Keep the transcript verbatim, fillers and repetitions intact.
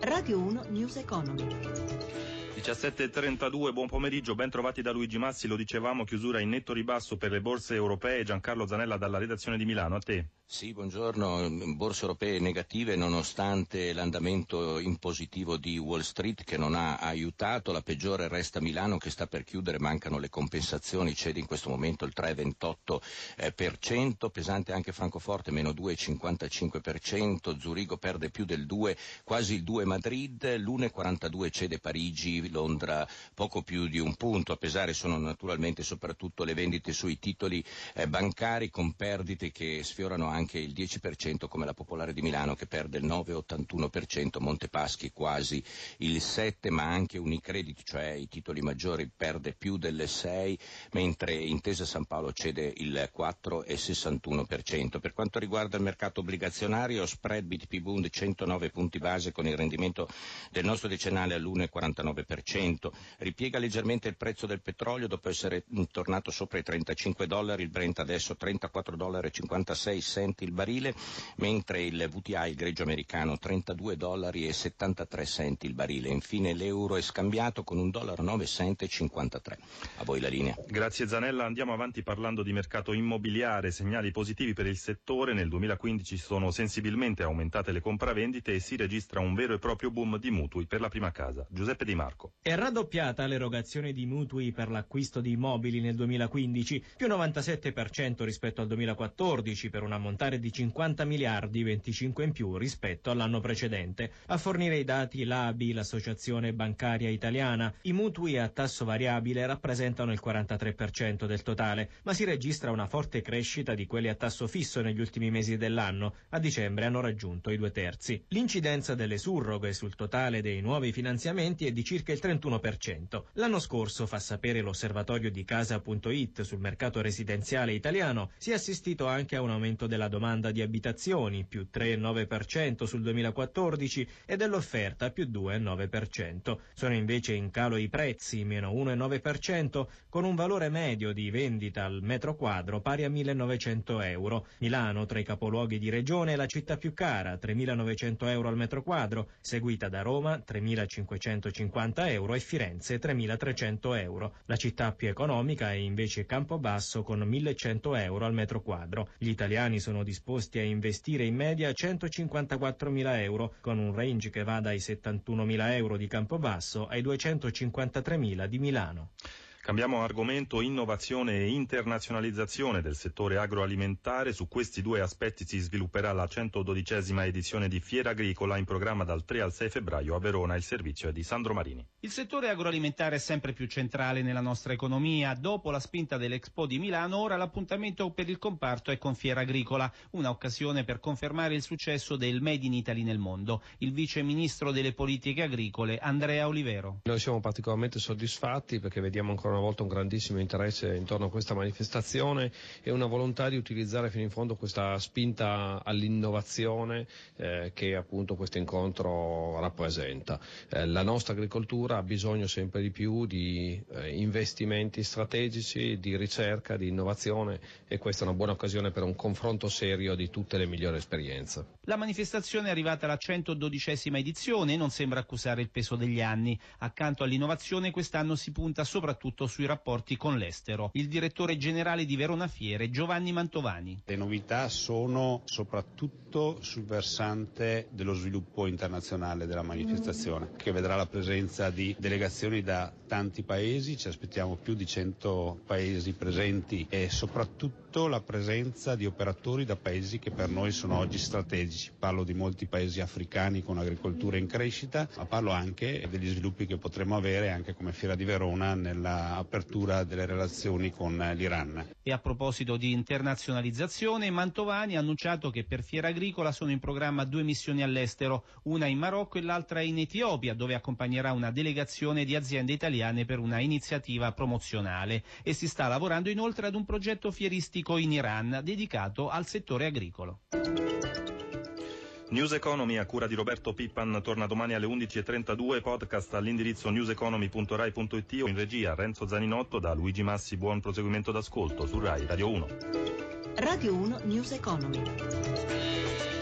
Radio uno News Economy. diciassette e trentadue, buon pomeriggio, ben trovati da Luigi Massi, lo dicevamo, chiusura in netto ribasso per le borse europee. Giancarlo Zanella dalla redazione di Milano, a te. Sì, buongiorno. Borse europee negative nonostante l'andamento in positivo di Wall Street che non ha aiutato. La peggiore resta Milano che sta per chiudere, mancano le compensazioni, cede in questo momento il tre virgola ventotto per cento, pesante anche Francoforte meno due virgola cinquantacinque per cento, Zurigo perde più del due, quasi il due Madrid, l'uno virgola quarantadue cede Parigi, Londra poco più di un punto. A pesare sono naturalmente soprattutto le vendite sui titoli eh, bancari con perdite che sfiorano anche il dieci per cento, come la Popolare di Milano che perde il nove virgola ottantuno per cento, Montepaschi quasi il sette per cento, ma anche Unicredit, cioè i titoli maggiori, perde più delle sei, mentre Intesa San Paolo cede il quattro virgola sessantuno per cento. Per quanto riguarda il mercato obbligazionario, spread B T P Bund centonove punti base con il rendimento del nostro decennale all'uno virgola quarantanove per cento. Ripiega leggermente il prezzo del petrolio dopo essere tornato sopra i trentacinque dollari, il Brent adesso trentaquattro dollari e cinquantasei centi il barile, mentre il V T I, il greggio americano, trentadue dollari e settantatré centi il barile. Infine l'euro è scambiato con un dollaro nove centi e cinquantatré. A voi la linea. Grazie Zanella, andiamo avanti parlando di mercato immobiliare, segnali positivi per il settore. Nel duemilaquindici sono sensibilmente aumentate le compravendite e si registra un vero e proprio boom di mutui per la prima casa. Giuseppe Di Marco. È raddoppiata l'erogazione di mutui per l'acquisto di immobili nel duemilaquindici, più novantasette per cento rispetto al duemilaquattordici, per un ammontare di cinquanta miliardi, venticinque in più rispetto all'anno precedente. A fornire i dati l'A B I, l'Associazione Bancaria Italiana. I mutui a tasso variabile rappresentano il quarantatré per cento del totale, ma si registra una forte crescita di quelli a tasso fisso negli ultimi mesi dell'anno. A dicembre hanno raggiunto i due terzi. L'incidenza delle surroghe sul totale dei nuovi finanziamenti è di circa il trentuno per cento. L'anno scorso, fa sapere l'osservatorio di casa punto it sul mercato residenziale italiano, si è assistito anche a un aumento della domanda di abitazioni, più tre virgola nove per cento sul duemilaquattordici, e dell'offerta, più due virgola nove per cento. Sono invece in calo i prezzi, meno uno virgola nove per cento, con un valore medio di vendita al metro quadro pari a millenovecento euro. Milano, tra i capoluoghi di regione, è la città più cara, tremilanovecento euro al metro quadro, seguita da Roma, tremilacinquecentocinquanta euro, e Firenze, tremilatrecento euro. La città più economica è invece Campobasso con millecento euro al metro quadro. Gli italiani sono disposti a investire in media centocinquantaquattromila euro, con un range che va dai settantunomila euro di Campobasso ai duecentocinquantatremila di Milano. Cambiamo argomento, innovazione e internazionalizzazione del settore agroalimentare. Su questi due aspetti si svilupperà la centododicesima edizione di Fiera Agricola, in programma dal tre al sei febbraio a Verona. Il servizio è di Sandro Marini. Il settore agroalimentare è sempre più centrale nella nostra economia. Dopo la spinta dell'Expo di Milano, ora l'appuntamento per il comparto è con Fiera Agricola, una occasione per confermare il successo del Made in Italy nel mondo. Il vice ministro delle politiche agricole, Andrea Olivero. Noi siamo particolarmente soddisfatti perché vediamo ancora una volta un grandissimo interesse intorno a questa manifestazione e una volontà di utilizzare fino in fondo questa spinta all'innovazione eh, che appunto questo incontro rappresenta. Eh, la nostra agricoltura ha bisogno sempre di più di eh, investimenti strategici, di ricerca, di innovazione, e questa è una buona occasione per un confronto serio di tutte le migliori esperienze. La manifestazione è arrivata alla centododicesima edizione e non sembra accusare il peso degli anni. Accanto all'innovazione quest'anno si punta soprattutto sui rapporti con l'estero. Il direttore generale di Verona Fiere, Giovanni Mantovani. Le novità sono soprattutto sul versante dello sviluppo internazionale della manifestazione, che vedrà la presenza di delegazioni da tanti paesi, ci aspettiamo più di cento paesi presenti, e soprattutto la presenza di operatori da paesi che per noi sono oggi strategici. Parlo di molti paesi africani con agricoltura in crescita, ma parlo anche degli sviluppi che potremo avere anche come Fiera di Verona nella apertura delle relazioni con l'Iran. E a proposito di internazionalizzazione, Mantovani ha annunciato che per Fiera Agricola sono in programma due missioni all'estero, una in Marocco e l'altra in Etiopia, dove accompagnerà una delegazione di aziende italiane per una iniziativa promozionale, e si sta lavorando inoltre ad un progetto fieristico in Iran dedicato al settore agricolo. News Economy a cura di Roberto Pippan torna domani alle undici e trentadue, podcast all'indirizzo newseconomy punto rai punto it o in regia Renzo Zaninotto. Da Luigi Massi buon proseguimento d'ascolto su Rai Radio uno. Radio uno News Economy.